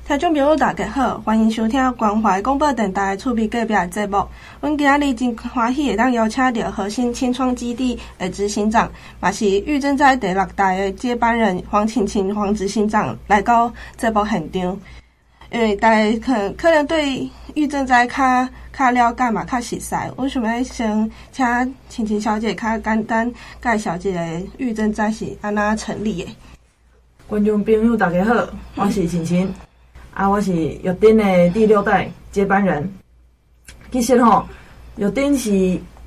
听众朋友大家好，欢迎收听关怀广播电台趣味隔壁的节目。阮今日真欢喜会当邀请到核心青创基地的执行长，也是玉珍斋第6代的接班人黄晴晴黄执行长来到节目现场。因为大家可能对玉珍斋较了解嘛，较熟悉。我想要先请晴晴小姐较简单介绍一下玉珍斋是安怎成立的。 观众朋友大家好，我是晴晴。我是玉珍的第6代接班人。其实玉珍是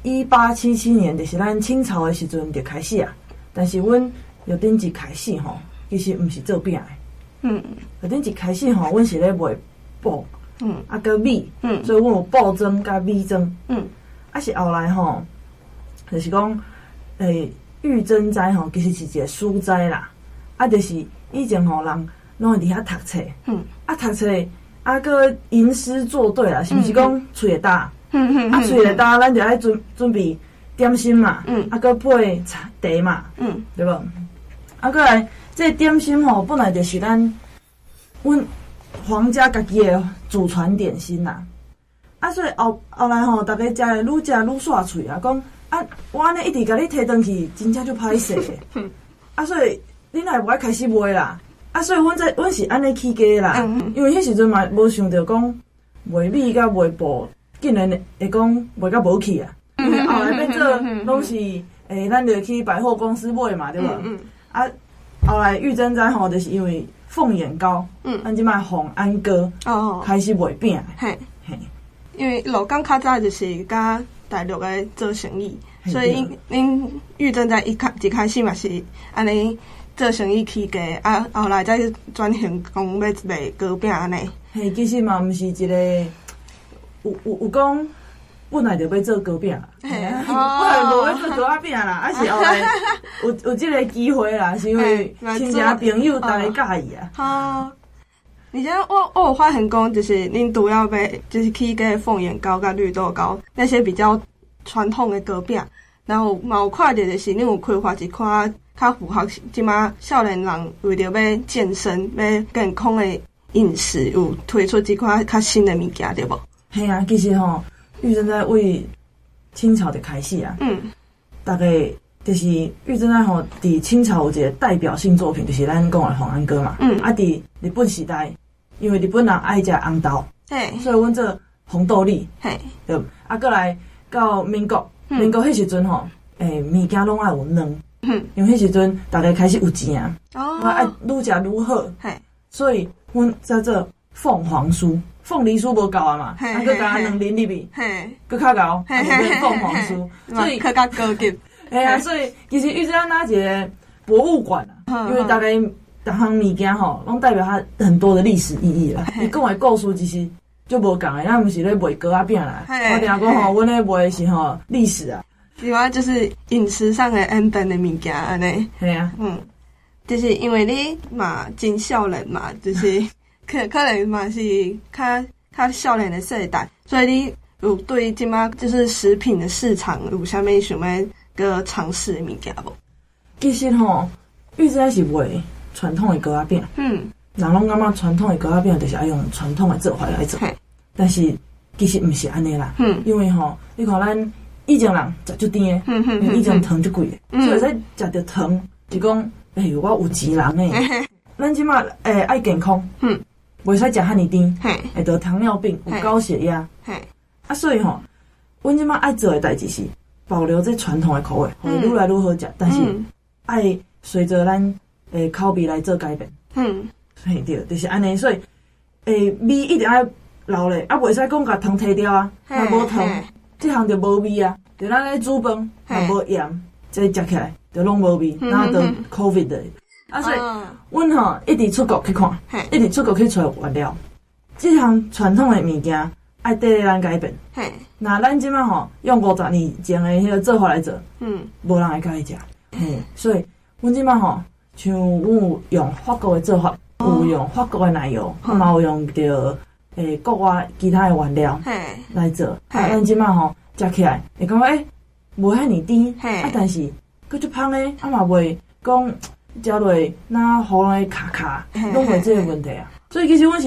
1877年，就是咱清朝的时阵就开始啊。但是阮玉珍一开始其实毋是做饼的。玉珍一开始阮是咧卖布，佮米，所以阮有布庄佮米庄。是后来就是讲，玉珍斋其实是一个书斋啦。就是以前人拢会伫遐读册，读册佮吟诗作对啦，是毋是讲喙会焦？喙会焦，咱就爱准备点心嘛，佮配茶嘛，对无？过来这点心本来就是阮皇家家己的祖传点心啦。所以后来大家食的愈食愈煞喙啊，讲我安尼一直甲你摕转去，真正就歹势的。所以恁也无爱开始卖啦。所以阮是安尼起家啦，因为迄时阵嘛无想着讲卖米甲卖布，竟然会讲卖甲无去啊。因为后来要做拢是咱就去百货公司买嘛，对无？后来玉珍斋就是因为凤眼糕，咱即摆凤安哥开始卖饼。 因为老港较早就是甲大陆的做生意，所以恁玉珍斋一开始嘛是安尼。做生意起家，后来再转型讲要卖糕饼安尼。 其实嘛，毋是一个有讲本来就要做糕饼，本来无要做糕仔饼啦，是后来有这个机会啦，是因为亲戚朋友大家介意啊。 而且我有发现讲，就是恁主要就是起家的凤眼糕甲绿豆糕那些比较传统的糕饼，然后嘛有看到就是恁有开发一款。较符合即马少年人为着要健身、要健康的饮食，有推出即款较新的物件，对无？ 系啊，其实玉珍斋为清朝就开始啊。大概就是玉珍斋伫清朝有一个代表性作品，就是咱讲的凤安哥嘛。伫日本时代，因为日本人爱食红豆，所以阮做红豆粒。对，过来到民国迄时阵物件拢爱有卵。因为迄时阵大家开始有钱啊，爱愈食愈好，所以阮在做凤凰酥、凤梨酥无够啊嘛，佮加卵磷入去，佮较够，变凤凰酥， 所以较高级。 所以其实玉珍斋一个博物馆啊，因为大概逐项物件拢代表它很多的历史意义啦。伊讲的故事其实就无共的，咱毋是咧卖糕仔饼啦，我定讲阮咧卖是历史啊。 另外就是饮食上的安全的物件安尼，就是因为你嘛真少年嘛，就是可能嘛是较少年的世代，所以你有对即马就是食品的市场有啥物想要个尝试的物件无？ 其实玉珍斋是卖传统的糕仔饼，人拢感觉传统的糕仔饼就是爱用传统的做法来做，但是其实毋是安尼啦，因为你看咱。以前人食足甜的，因为以前糖足贵的，所以使食着糖是讲，我有钱人诶。咱即马爱健康，袂使食遐尼甜，会得糖尿病，有高血压。所以阮即马爱做的代志是保留这传统的口味，会愈来愈好食，但是爱随着咱口味来做改变。对，就是安尼。所以味一定要留咧，袂使讲甲糖摕掉啊，若无糖。这项就无味啊，就咱咧煮饭也无盐，这食起来就拢无味，然后就 COVID 的。所以阮一直出国去看，一直出国去找原料。这项传统的物件爱缀咧咱改变。那咱即摆用50年前的迄个做法来做，无人会介意食。所以阮即摆像阮有用法国的做法，有用法国的奶油，嘛有用着。国外其他的原料来做，咱即摆食起来会感觉无遐尼甜，但是佫足芳诶，嘛袂讲食落那喉咙会卡卡，拢袂这个问题啊。所以其实阮是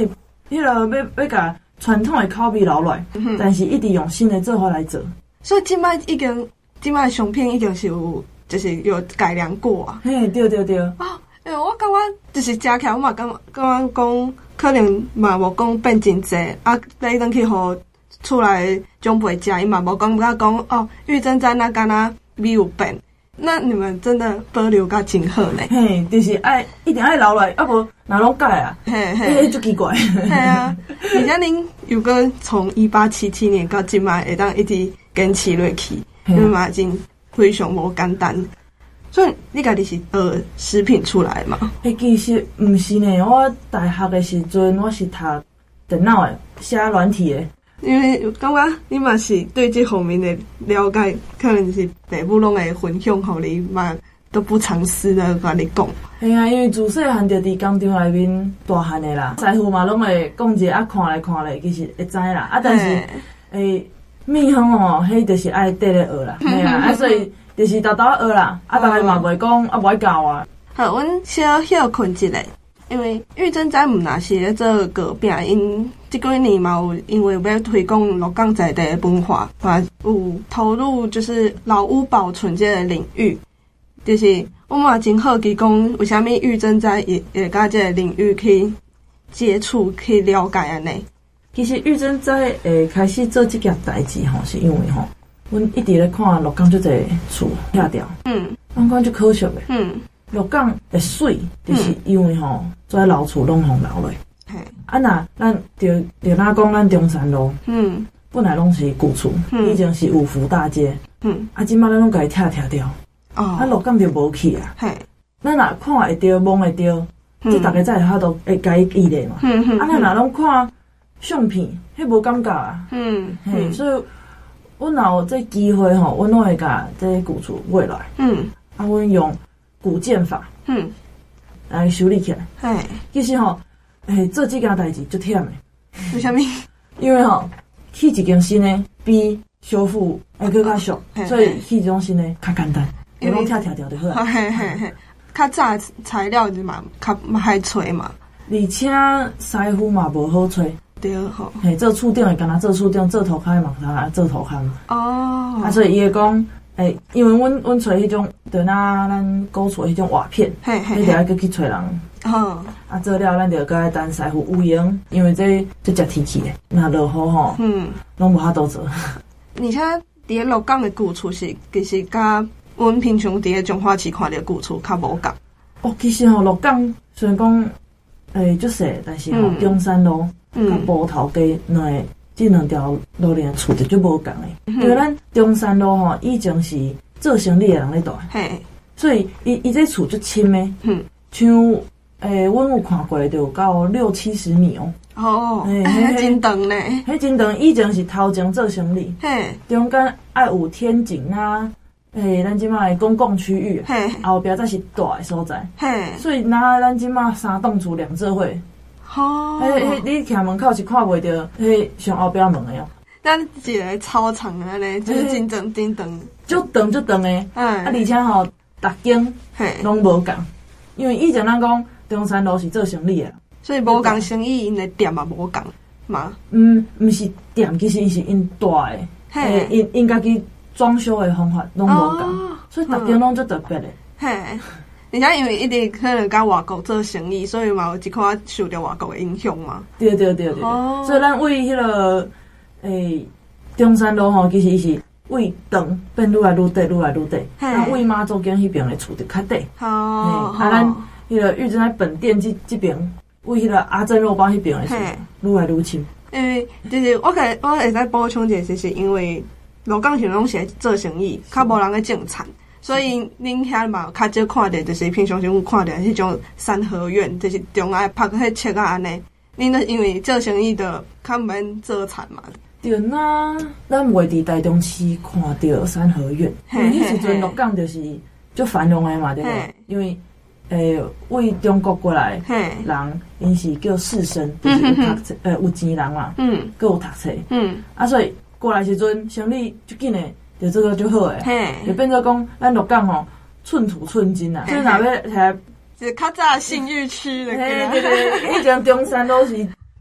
迄个要甲传统的口味留落来，但是一直用新的做法来做。 所以今摆商品已经是就是有改良过啊。 嘿，对。 啊，我感觉就是食起来，我嘛感觉讲，可能嘛无讲变真济，啊，来转去互厝内长辈食，伊嘛无感觉讲哦，玉珍在那干那味有变。那你们真的保留甲真好呢？ 嘿，就是一定爱留来，要无哪拢改啊？嘿，就奇怪。 系啊，而且恁又个从1877年到今摆会当一直坚持落去，因为嘛真非常无简单。所以你家己是食品出来嘛？ 其实毋是呢，我大学的时阵我是读电脑的，写软体的。 因为感觉你嘛是对这方面的了解，可能是父母拢会分享互你嘛，都不藏私的甲你讲。 嘿啊，因为自细汉就伫工厂内面大汉的啦，师傅嘛拢会讲一个，看来，其实会知啦。但是面向哦，迄就是爱缀咧学啦，嘿啊，所以就是豆学啦，大家嘛袂讲无爱教啊。 好，阮小休困一下。因为玉珍仔毋若是咧做糕饼，因即几年嘛有因为要推广鹿港在地的文化，嘛有投入就是老屋保存这个领域。就是我嘛真好奇讲，为虾米玉珍仔会甲这个领域去接触、去了解安尼？ 其实玉珍仔会开始做这件代志吼，是因为吼，阮一直咧看鹿港足侪厝拆掉，我感觉足可惜的。鹿港会水，就是因为吼，遮老厝拢互留落。啊，若咱就哪讲咱中山路，本来拢是旧厝，以前是五福大街，啊，即摆咱拢甲伊拆掉，啊，鹿港就无去啊。咱若看会着，摸会着，即大家才会都会甲伊记咧嘛。啊，咱若拢看相片，迄无感觉啊。所以，阮若有这机会吼，阮拢会甲这旧厝买来。啊，阮用古建法，来修理起来。其实吼，做这件代志足忝的。 为虾米？因为吼，去一间新的比修复还更较俗，所以去一种新的较简单，拢拆掉就好啊。 较早材料就嘛较歹找嘛， 而且师傅嘛无好找。 对吼。 做厝顶的敢若做厝顶，做涂骹嘛敢若做涂骹。 哦。 啊，所以伊会讲。因为阮找迄种，就那咱古厝迄种瓦片，你得要去找人。啊，做了咱就该等师傅有闲，因为这食天气的，若落雨吼，拢无法度做。 而且伫鹿港的旧厝是，其实甲阮平常伫中华市看到旧厝较无共。 哦，其实吼鹿港虽然讲足细，但是吼中山路甲埔头街这两条路链厝就足无共诶，因为咱中山路吼以前是做生意诶人咧住，所以伊这厝足深诶，像阮有看过就有到60-70米哦。 哦，真长呢， 迄真长，以前是头前做生意，中间爱有天井啊，咱即摆公共区域，后壁才是大诶所在，所以拿咱即摆3栋厝2做伙。你徛门口是看袂到，上后壁门的哦。 咱一个操场安尼，就是真长， 足长的。而且吼，逐间拢无共，因为以前咱讲中山路是做生意的， 所以无共生意，因的店嘛无共嘛。 毋是店，其实是因大的，因家己装修的方法拢无共，所以逐间拢足特别的。而且因为一直可能甲外国做生意，所以嘛有一寡受到外国的影响嘛。对。所以咱为迄个中山路吼，其实是为长变愈来愈短，啊为妈祖间迄边的厝就较短。咱迄个玉珍仔本店这边为迄个阿正肉包迄边的厝愈来愈深。 因为就是我会使补充一下，就是因为鹿港现在拢是做生意，较无人咧种田。所以恁遐嘛较少看到，就是平常时有看到迄种三合院，就是中爱拍迄册啊安尼。恁都因为做生意的较毋免做田嘛。 对呐，咱袂伫台中市看到三合院，因为迄时阵鹿港就是足繁荣的嘛，对无？因为为中国过来人，因是叫士绅，就是有读册有钱人嘛，佮有读册，啊，所以过来时阵生意足紧诶。就做个足好诶，就变做讲咱鹿港吼寸土寸金啊，所以若要是较早信义区的。 对，以前中山路是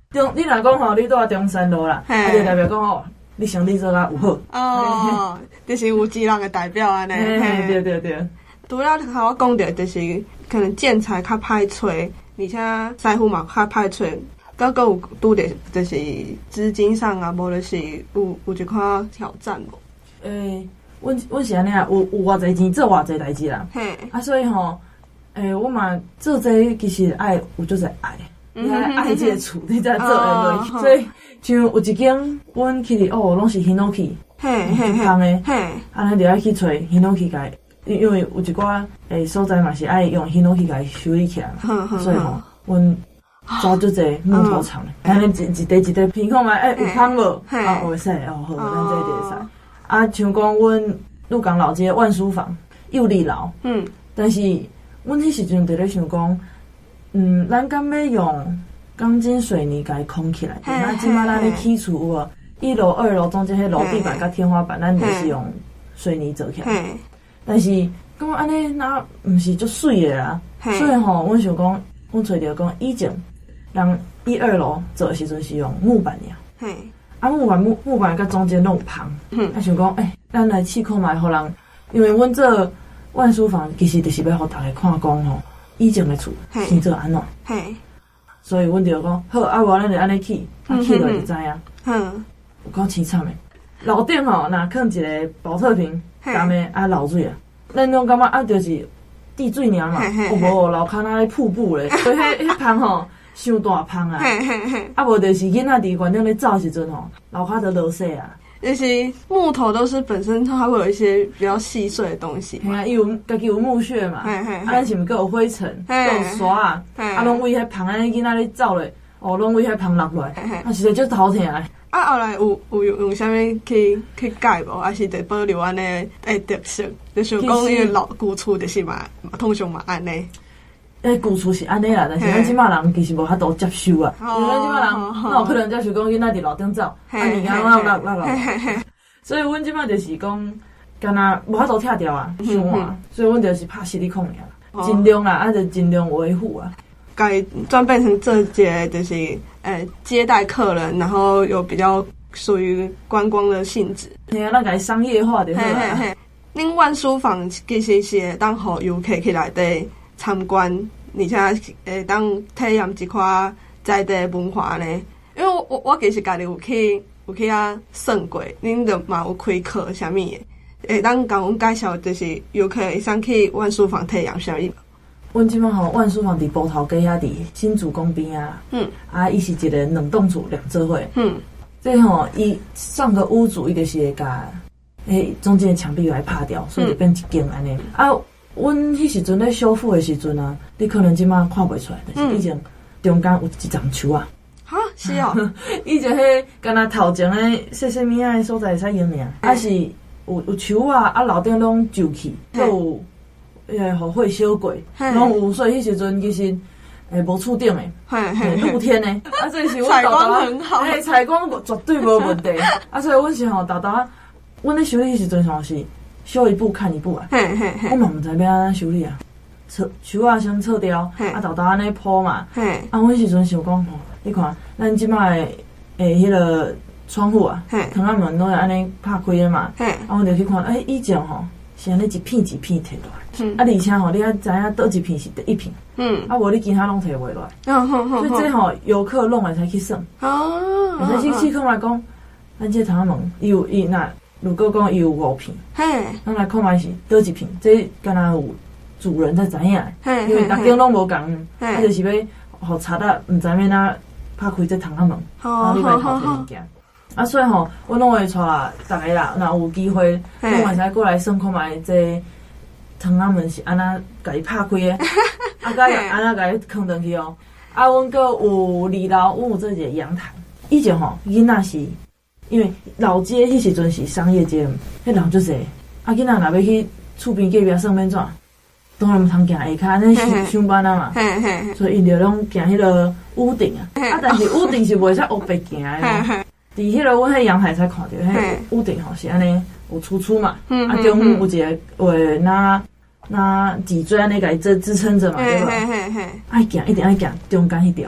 你若讲吼，你住中山路啦，啊，就代表讲吼，你生理做甲有好。 哦，就是有智人的代表安尼。 对对对。 除了甲我讲着，就是可能建材较歹找，而且师傅嘛较歹找，佮佫有拄着就是资金上啊，无就是有一寡挑战无。 阮是安尼啊，有偌济钱做偌济代志啦。 嘿。啊， 所以吼，我嘛做这其实爱有足侪爱。爱这个厝，你才做会落去。所以像有一间，阮去伫拢是hinoki，一芳的，安尼就爱去找hinoki甲，因为有一寡所在嘛是爱用hinoki甲修理起来嘛，所以吼，阮抓足侪木头厂，安尼一块一块品看嘛，有芳无？啊，会使好，咱这就会使。啊，像讲阮鹿港老街万书房又利楼，但是阮迄时阵伫咧想讲。咱敢要用钢筋水泥甲伊框起来？那即摆咱咧起厝有无？1楼、2楼中间迄楼地板甲天花板，咱就是用水泥做起来。但是讲安尼，那毋是足水的啦。所以吼，阮想讲，阮找着讲以前人1、2楼做的时阵是用木板尔。啊，木板甲中间拢有旁。啊，想讲，咱来试看卖，互人，因为阮做万书房，其实就是要互大家看讲吼。以前的厝先做安怎？所以阮就讲好，啊无咱就安尼起，起落就知影。有够凄惨的。楼顶吼，若放一个保特瓶，干的啊漏水啊，咱拢感觉啊就是滴水尔嘛，有无楼骹那咧瀑布咧？所以迄芳吼伤大芳啊，啊无就是囡仔伫园顶咧走时阵吼，楼骹就落雪啊。 就是木头都是本身它会有一些比较细碎的东西， 伊有家己有木屑嘛，咱是毋是有灰尘，有沙啊，拢为迄芳安尼囡仔咧走咧，拢为迄芳落落来，啊实在足头疼啊！ 啊后来有用啥物去改无？还是得保留安尼特色？就是讲伊老古厝就是嘛，通常嘛安尼。 旧厝是安尼啦，但是咱即摆人其实无遐多接受啊，因为咱即摆人哪有可能接受讲囡仔伫楼顶走，物件落，所以阮即摆就是讲，干那无遐多拆掉啊，伤换，所以阮就是拍实力控尔，尽量啦，就尽量维护啊。 改转变成这些就是接待客人，然后有比较属于观光的性质。 咱改商业化就好啦。 恁万书房其实是会当互游客去内底参观，而且会当体验一寡在地文化呢。因为我其实家己有去算过，恁就嘛有开课啥物的，会当甲阮介绍，就是游客会上去万书房体验啥物。 阮即摆吼万书房伫埔头街遐伫新竹公边啊，伊是一个2栋厝2做伙，这吼伊上个屋主伊就是会甲中间的墙壁来拍掉，所以就变一间安尼。阮迄时阵咧修复的时阵啊，你可能即摆看袂出来，但是以前中间有一丛树啊。 哈，是哦。 以前迄敢若头前诶细细物仔诶所在会使用尔，是有树啊，楼顶拢旧去，佫有互火烧过，拢有，所以迄时阵其实无厝顶诶，露天诶，这是采光很好， 采光绝对无问题。所以阮是吼，豆豆，阮咧修理迄时阵像是。修一步看一步啊！我嘛毋知要安怎修理啊，树啊先撤掉，豆豆安尼铺嘛。阮时阵想讲吼，你看咱即摆迄个窗户啊，窗仔门拢会安尼拍开的嘛。阮就去看，以前吼是安尼一片一片摕落来，而且吼你还知影倒一片是第一片，无你其他拢摕袂落来。所以这吼游客拢会使去算，会使去看来讲，咱这窗仔门伊若。如果讲伊有5片，咱来看卖是倒一片，这敢若有主人才知影，因为逐间拢无共，就是要互贼仔毋知要哪拍开这窗仔门，然后你来偷摕物件。所以吼，阮拢会带大家啦，若有机会，拢会使过来算看卖这窗仔门是安怎甲伊拍开的，甲安怎甲伊放转去哦。阮阁有2楼，阮有做一个阳台，以前吼囡仔是。因为老街迄时阵是商业街，迄人足济，囡仔若要去厝边隔壁算免怎，当然毋通行下骹，安尼上班啊嘛，所以因着拢行迄个屋顶啊，但是屋顶是袂使黑白行的嘛，伫迄个阮迄阳台才看到，迄屋顶吼是安尼有粗嘛，中间有一个拿脊椎安尼甲伊支撑着嘛，对吧？爱行一定爱行中间迄条，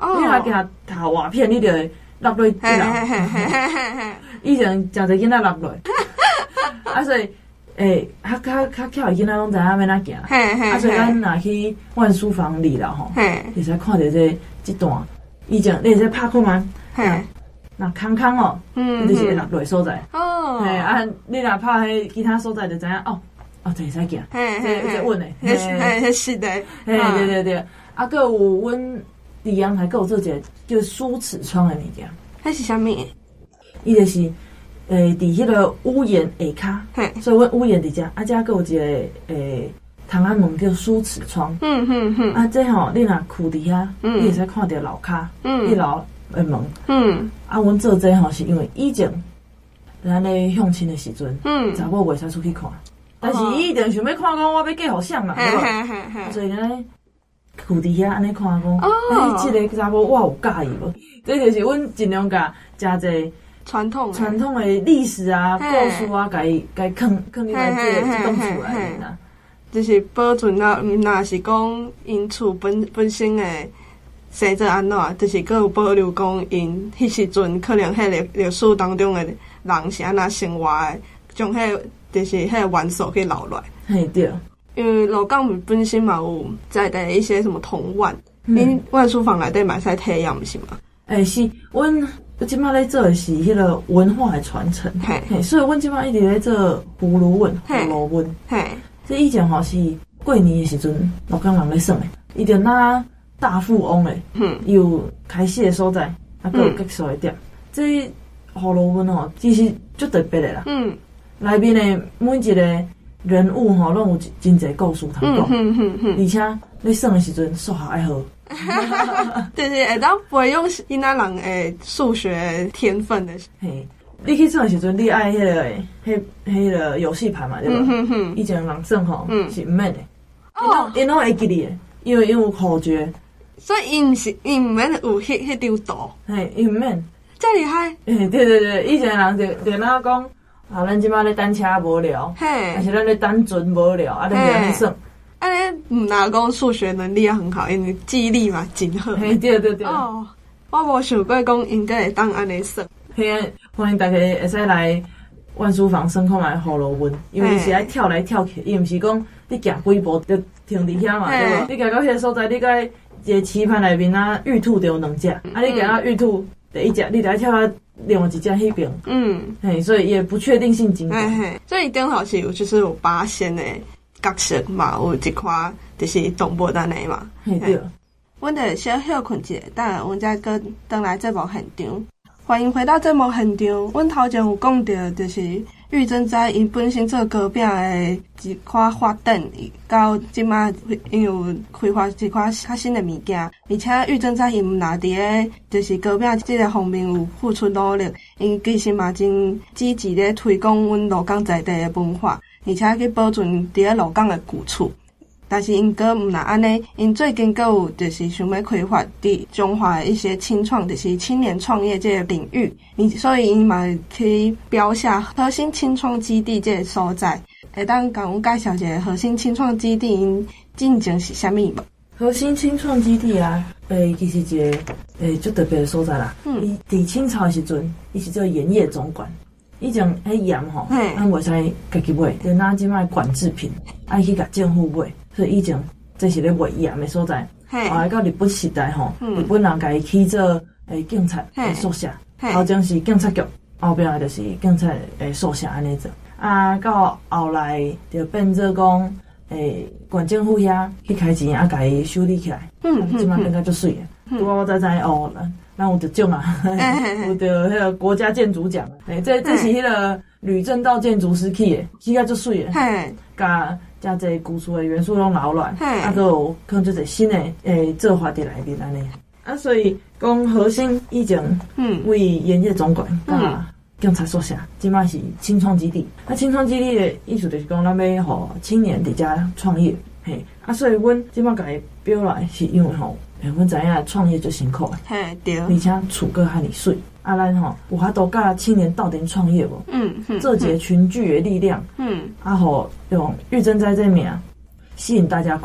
你若惊头瓦片，你就会落落地啦。以前诚侪囡仔落落，所以较巧的囡仔拢知影要哪行。所以咱若去万书房里啦吼，会使看到这段。以前你会使拍看吗？那空哦，就是会落落的所在。你若拍迄其他所在，就知影这会使行，这稳的。 是的。 对。还有阮伫阳台，还有做一个叫梳齿窗的物件。 迄是啥物？ 伊就是伫迄个屋檐下骹，所以阮屋檐伫遮，遮还有一个窗仔门叫梳齿窗。这吼你若徛伫遐，你会使看到楼骹，一楼的门。阮做这吼是因为以前咱咧相亲的时阵，查某袂使出去看，但是伊一定想要看讲我要嫁互谁嘛，对吧？所以咱徛伫遐安尼看讲，即个查某我有介意无？这就是阮尽量甲诚侪传统的历史啊、故事啊，甲伊囥入来这栋厝内面啦。 就是保存啊，若是讲因厝本身的生做安怎，就是佫有保留讲因迄时阵可能迄历史当中的人是安怎生活的，将就是迄个元素去留落来。 嘿，对。 因为鹿港本身嘛有在地一些什么铜碗，恁万书房内底嘛使体验，毋是嘛？ 是，阮即摆咧做的是迄个文化的传承，所以阮即摆一直咧做葫芦文、葫芦文。这以前吼是过年的时阵，鹿港人咧耍的，伊就拿大富翁的，有开始的所在，还有结束的店。这葫芦文吼，其实足特别的啦。内面的每一个人物吼，拢有真侪故事通讲，而且咧耍的时阵数学爱好， 就是会当培养囡仔人的数学天分的。 你去耍的时阵，你爱迄个游戏盘嘛，对吧？以前人耍吼是毋免的，因拢会记哩的，因为有口诀， 所以因毋免有迄张图， 因毋免， 这厉害。 对，以前人就哪讲。咱即摆咧等车无聊，还是咱咧等船无聊，咱就安尼算。 安尼毋若讲数学能力也很好，因为记忆力嘛真好。 对。 我无想过讲应该会当安尼算。 欢迎大家会使来万书房算看卖葫芦文，因为是爱跳来跳去，伊毋是讲你行几步就停伫遐嘛，对无？你行到迄个所在，你该一个棋盘内面玉兔就有2只，你行到玉兔第一只，你就要跳到另外一只迄边，所以也不确定性真高。 所以顶头是就是有八仙的角色嘛，有一块就是动物安尼嘛。 对。 阮就小休困一下，等下阮再搁回来节目现场。欢迎回到节目现场。阮头前有讲到，就是玉珍斋因本身做糕饼的一块发展，到即马因有开发一块较新的物件，而且玉珍斋因毋若伫咧就是糕饼即个方面有付出努力，因其实嘛真积极咧推广阮鹿港在地的文化，而且去保存伫咧鹿港的古厝。但是因阁毋若安尼，因最近阁有就是想要开发伫中华的一些青创，就是青年创业这个领域，所以因嘛去标下核心青创基地这个所在。会当甲阮介绍一下核心青创基地因进前是啥物无？ 核心青创基地啊，其实一个足特别的所在啦。伊伫清朝的时阵，伊是做盐业总管。以前迄盐吼，咱袂使家己买，就拿即卖管制品，爱去甲政府买。所以以前这是咧卖盐的所在。后来到日本时代吼，日本人家己起做警察的宿舍，头前是警察局，后壁就是警察的宿舍安尼做。到后来就变做讲县政府遐去开钱，家己修理起来，即摆变甲足水的。我知咱有得奖啊，有得迄个国家建筑奖。这是迄个吕正道建筑师起的，起甲足水的，甲加这古厝的元素拢留落来，还有可能就是新的做法伫内面安尼。所以讲核心以前为盐业总管甲警察宿舍，即摆是青创基地。青创基地的意思就是讲，咱要互青年伫遮创业。所以阮即摆甲伊标来，是因为吼，阮知影创业最辛苦的， 对， 而且厝阁遐尼水。咱吼有法度甲青年斗阵创业无？做一个群聚的力量，互用玉珍斋这名吸引大家过来。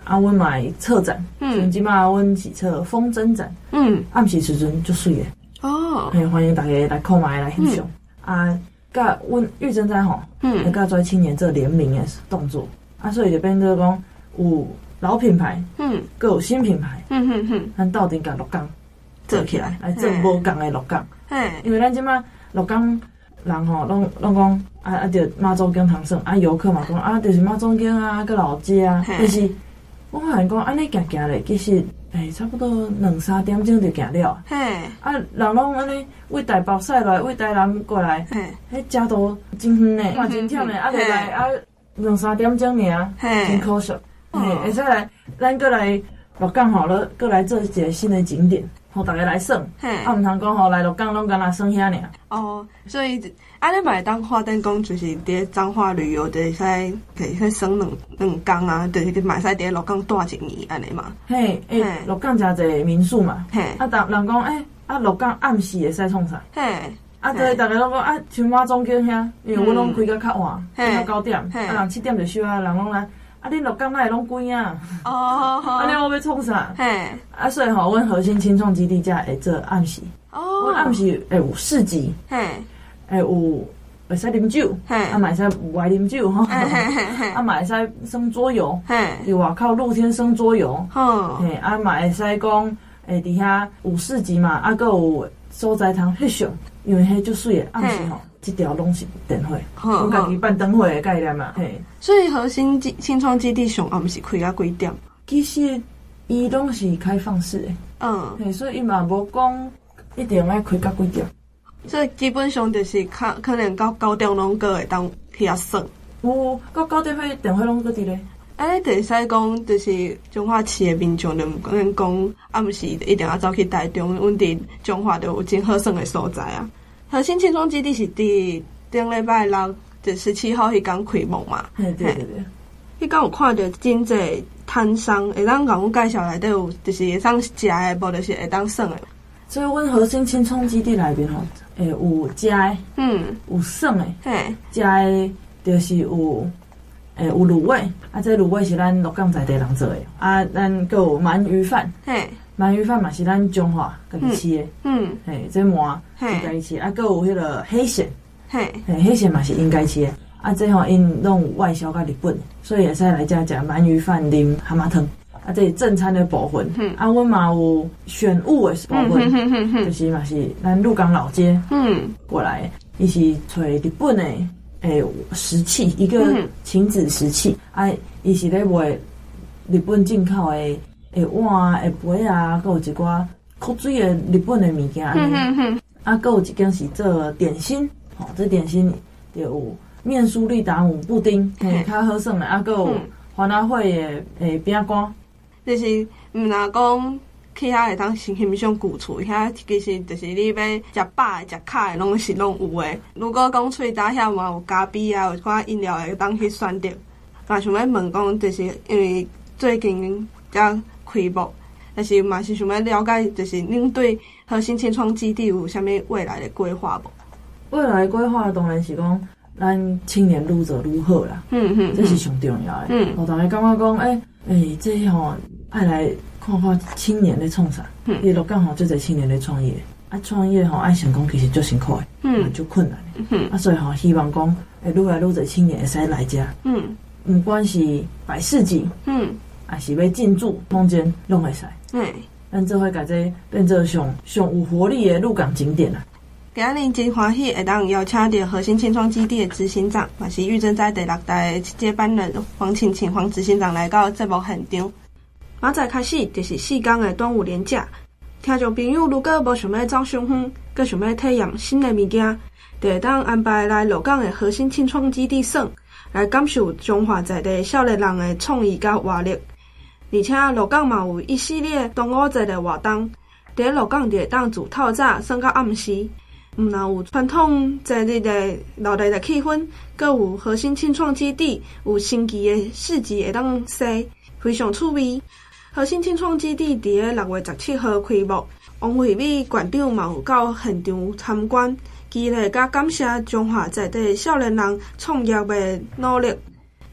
啊，阮嘛会策展，像即马阮是策风筝展，暗时时阵足水诶。哦，嘿，欢迎大家来看卖来翕相。啊，甲阮玉珍斋吼，会甲跩青年做联名诶动作，啊，所以就变做讲有老品牌，佮有新品牌，咱斗阵甲鹿港做起来，来做无共诶鹿港。因为咱即马鹿港人吼，拢讲啊，着妈祖经通耍，啊，游客嘛讲啊，就是妈祖经啊，佮老街啊，但是我发现讲安尼行行咧，其实差不多2-3点钟就行了。啊，人拢安尼为台北驶来，为台南过来，迄车道真远呢，嘛真忝呢，啊，来啊2-3点钟尔，真可惜。会使来，咱过来鹿港吼，过来做一个新的景点，互大家来耍。啊，毋通讲吼来鹿港拢干那耍遐尔。哦， 所以安尼嘛会当划等讲，就是伫彰化旅游，就是可以耍两工啊，就是嘛使伫鹿港住一年安尼嘛。 鹿港诚侪民宿嘛。啊，人讲啊，鹿港暗时会使创啥？啊，对，大家拢讲啊，像马总经遐，因为阮拢开到较晚，开到9点，啊，人7点就休啊，人拢来。啊，恁鹿港哪会拢关啊？啊，你我要创啥？啊，所以吼，阮核心青创基地才会做暗时。阮暗时会有市集，会有会使啉酒，啊，嘛会使户外啉酒吼，啊，嘛会使耍桌游，伫外口露天耍桌游，啊，嘛会使讲，伫遐有市集嘛，啊，佮有所在通翕相，因为迄足水诶，暗时吼。这条拢是灯会，阮家己办灯会的概念嘛。 所以核心新创基地上暗是开到几点？ 其实伊拢是开放式的，所以伊嘛无讲一定要开到几点。 所以基本上就是可能到9点拢个会当去遐耍。 有到9点迄灯会拢搁伫咧。 安尼就是使讲，就是彰化市的民众就毋可能讲暗时一定要走去台中，阮伫彰化就有真好耍的所在啊。核心青创基地是伫顶礼拜六，就17号迄天开幕嘛。 对。 迄天有看到真侪摊商，会当甲阮介绍内底有，就是会当食的，无就是会当耍的。 所以阮核心青创基地内面吼，有食的，有耍的，食的就是有卤味，啊，这卤味是咱鹿港在地人做的，啊，咱佫有鳗鱼饭。鳗鱼饭嘛是咱彰化家己饲的，这鳗是家己饲，啊，佮有迄个黑蚬，黑蚬嘛是因家饲的，啊，这吼因拢有外销到日本，所以会使来遮食鳗鱼饭、啉蛤蟆汤，啊，这是正餐的部分，啊，阮嘛有选物的部分，就是嘛是咱鹿港老街过来，伊是找日本的石器，一个晴子石器，啊，伊是咧卖日本进口的。碗、杯啊，佮有一寡酷水的日本的物件，啊，佮有一间是做点心，这点心就有面酥利达姆布丁，较好耍的，啊，佮有华纳会的饼干， 就是毋若讲去遐会当欣赏古厝，遐其实就是你要食饱的、食卡的，拢有诶。如果讲喙焦遐嘛有咖啡啊，有寡饮料会当去选择。嘛想要问讲，就是因为最近才开幕，但是嘛是想要了解，就是恁对核心青创基地有啥物未来的规划无？ 未来规划当然是讲，咱青年愈做愈好啦，这是上重要的。互大家感觉讲，这吼爱来看看青年咧创啥，因为鹿港吼最侪青年咧创业，啊创业吼爱成功其实足辛苦的，足困难的，啊所以吼希望讲，愈来愈侪青年会使来遮，不管是摆市集，还是要进驻空间，拢会使。咱做伙甲这变做上有活力的鹿港景点啦。 今日真欢喜会当邀请到核心青创基地的执行长，也是玉珍斋第6代的接班人黄庆庆黄执行长来到节目现场。明仔开始就是4天的端午连假，听众朋友如果无想要走伤远，佮想要体验新的物件，就会当安排来鹿港的核心青创基地耍，来感受彰化在地少年人的创意甲活力。而且鹿港嘛有一系列端午节的活动，伫鹿港就会当自透早耍到暗时。毋但有传统节日的热闹的气氛，佮有核心青创基地有新奇的市集会当踅，非常趣味。核心青创基地伫个6月17号开幕，王惠美馆长嘛有到现场参观，激励甲感谢彰化在地少年人创业的努力。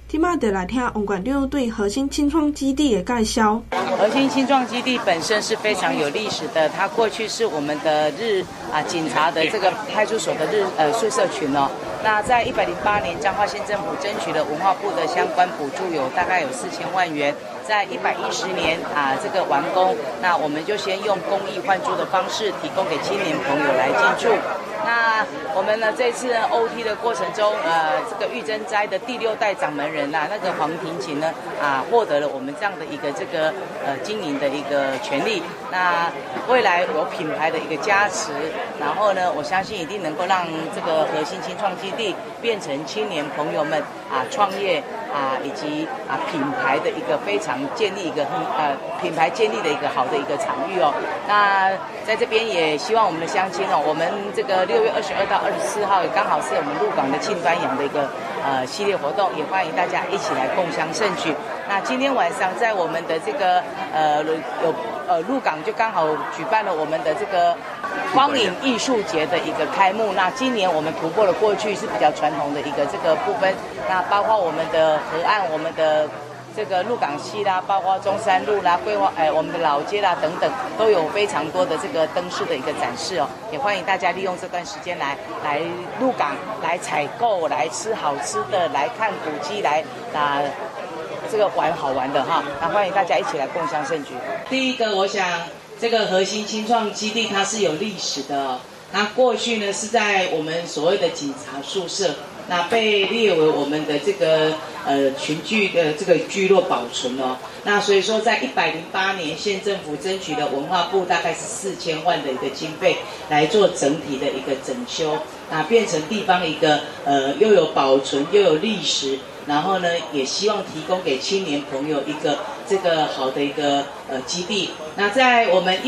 今麦就来听王馆长对核心青创基地的介绍。 核心青创基地本身是非常有历史的，它过去是我们的警察的这个派出所的宿舍群哦。那在108年，彰化县政府争取了文化部的相关补助，大概有4000万元。在110年这个完工，那我们就先用公益换租的方式提供给青年朋友来进驻。那我们呢这次OT 的过程中，这个玉珍斋的第6代掌门人那个黄庭琴呢获得了我们这样的一个经营的一个权利。那未来有品牌的一个加持，然后呢，我相信一定能够让这个核心青创基地变成青年朋友们创业以及品牌的一个非常建立一个品牌建立的一个好的一个场域哦。那在这边也希望我们的乡亲我们这个6月22到24号也刚好是我们鹿港的庆端阳的一个系列活动，也欢迎大家一起来共襄盛举。那今天晚上在我们的这个鹿港就刚好举办了我们的这个光影艺术节的一个开幕。那今年我们突破了过去是比较传统的一个这个部分，那包括我们的河岸，我们的这个鹿港西啦，包括中山路啦、规划我们的老街啦等等，都有非常多的这个灯饰的一个展示哦。也欢迎大家利用这段时间来鹿港来采购，来吃好吃的，来看古迹，来这个玩好玩的哈。那欢迎大家一起来共襄盛举。第一个，我想这个核心青创基地它是有历史的哦。它过去呢是在我们所谓的警察宿舍，那被列为我们的这个群聚的这个聚落保存哦。那所以说在108年，县政府争取了文化部大概是4000万的一个经费来做整体的一个整修，变成地方一个又有保存又有历史，然后呢也希望提供给青年朋友一个这个好的一个基地。那在我们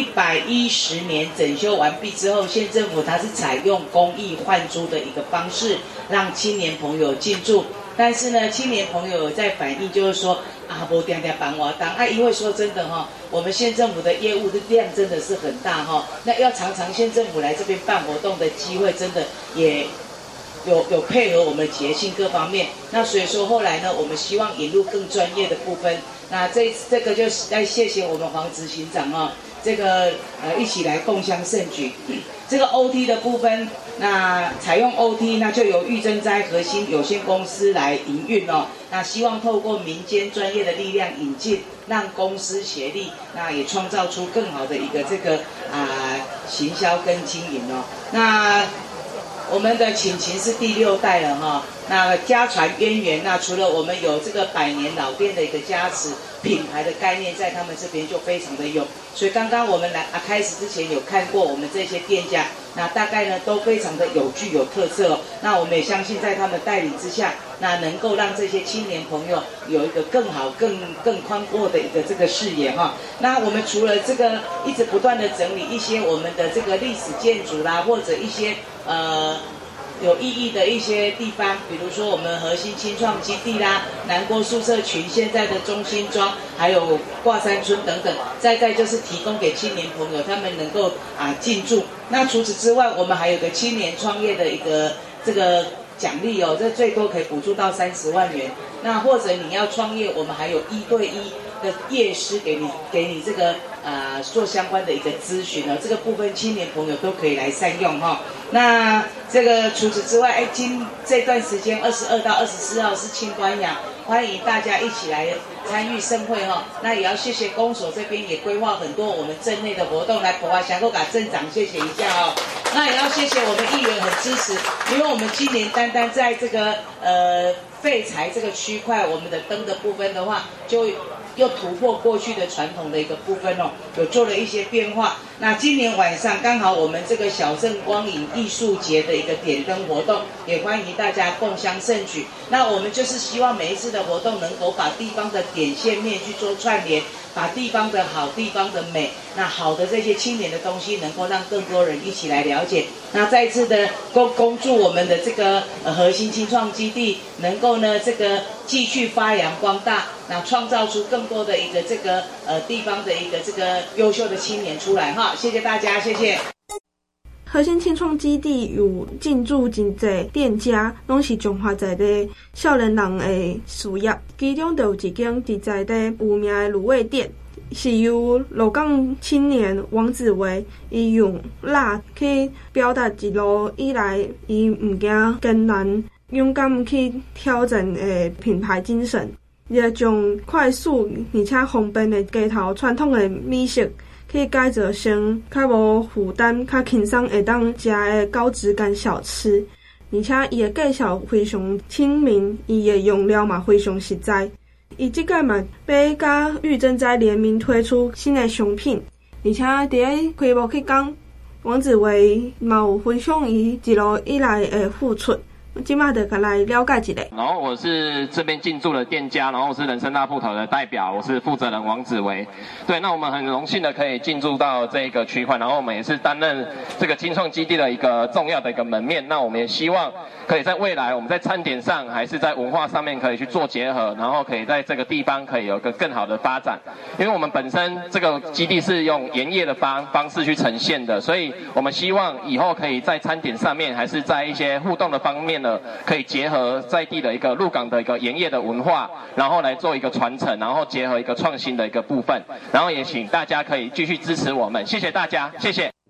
110年整修完毕之后，县政府它是采用公益换租的一个方式，让青年朋友进驻。但是呢，青年朋友有在反映，就是说没定定帮我当因为说真的我们县政府的业务的量真的是很大那要常常县政府来这边办活动的机会，真的也有配合我们节庆各方面。那所以说后来呢，我们希望引入更专业的部分。那这个就是要谢谢我们黄执行长这个一起来共襄盛举。这个 OT 的部分，那采用 OT， 那就由玉珍斋核心有限公司来营运那希望透过民间专业的力量引进，让公司协力，那也创造出更好的一个这个行销跟经营那我们的请琴是第6代了那家传渊源，那除了我们有这个100年老店的一个加持，品牌的概念在他们这边就非常的有。所以刚刚我们开始之前有看过我们这些店家，那大概呢都非常的具有特色那我们也相信在他们带领之下，那能够让这些青年朋友有一个更好、更宽阔的一个这个视野那我们除了这个一直不断的整理一些我们的这个历史建筑啦，或者一些有意义的一些地方，比如说我们核心青创基地啦、南郭宿舍群、现在的中心庄，还有挂山村等等，再就是提供给青年朋友他们能够进驻。那除此之外，我们还有个青年创业的一个这个奖励这最多可以补助到30万元。那或者你要创业，我们还有1对1的业师给你这个做相关的一个咨询这个部分青年朋友都可以来善用那这个除此之外，这段时间22到24号是庆端阳，欢迎大家一起来参与盛会那也要谢谢公所这边也规划很多我们镇内的活动来博想够给镇长谢谢一下那也要谢谢我们议员很支持，因为我们今年单在这个废材这个区块，我们的灯的部分的话，就又突破过去的传统的一个部分有做了一些变化。那今年晚上刚好我们这个小镇光影艺术节的一个点灯活动，也欢迎大家共襄盛举。那我们就是希望每一次的活动能够把地方的点线面去做串联，把地方的好、地方的美，那好的这些青年的东西，能够让更多人一起来了解。那再次的恭祝我们的这个核心青创基地能够呢这个继续发扬光大，那创造出更多的一个这个地方的一个这个优秀的青年出来谢谢大家，谢谢。 核心青创基地有进驻真侪店家，拢是中华在地少年人的事业，其中就有一间伫在地有名的卤味店。是由鹿港青年王子维，伊用辣去表达一路以来伊毋惊艰难、勇敢去挑战的品牌精神，也将快速而且方便的街头传统的美食，去改造成较无负担、较轻松会当食的高质感小吃，而且伊的介绍非常亲民，伊的用料嘛非常实在。伊即届嘛，要甲玉珍斋联名推出新的商品，而且伫咧开幕期间，王子维嘛有分享伊一路以来的付出。今嘛就来了解一下。 然后我是这边进驻的店家，然后我是人生大铺头的代表，我是负责人王子维。对，那我们很荣幸的可以进驻到这个区块，然后我们也是担任这个青创基地的一个重要的一个门面。那我们也希望可以在未来，我们在餐点上还是在文化上面可以去做结合，然后可以在这个地方可以有一个更好的发展。因为我们本身这个基地是用盐业的方式去呈现的，所以我们希望以后可以在餐点上面，还是在一些互动的方面呢，可以结合在地的一个鹿港的一个盐业的文化，然后来做一个传承，然后结合一个创新的一个部分，然后也请大家可以继续支持我们，谢谢大家，谢谢。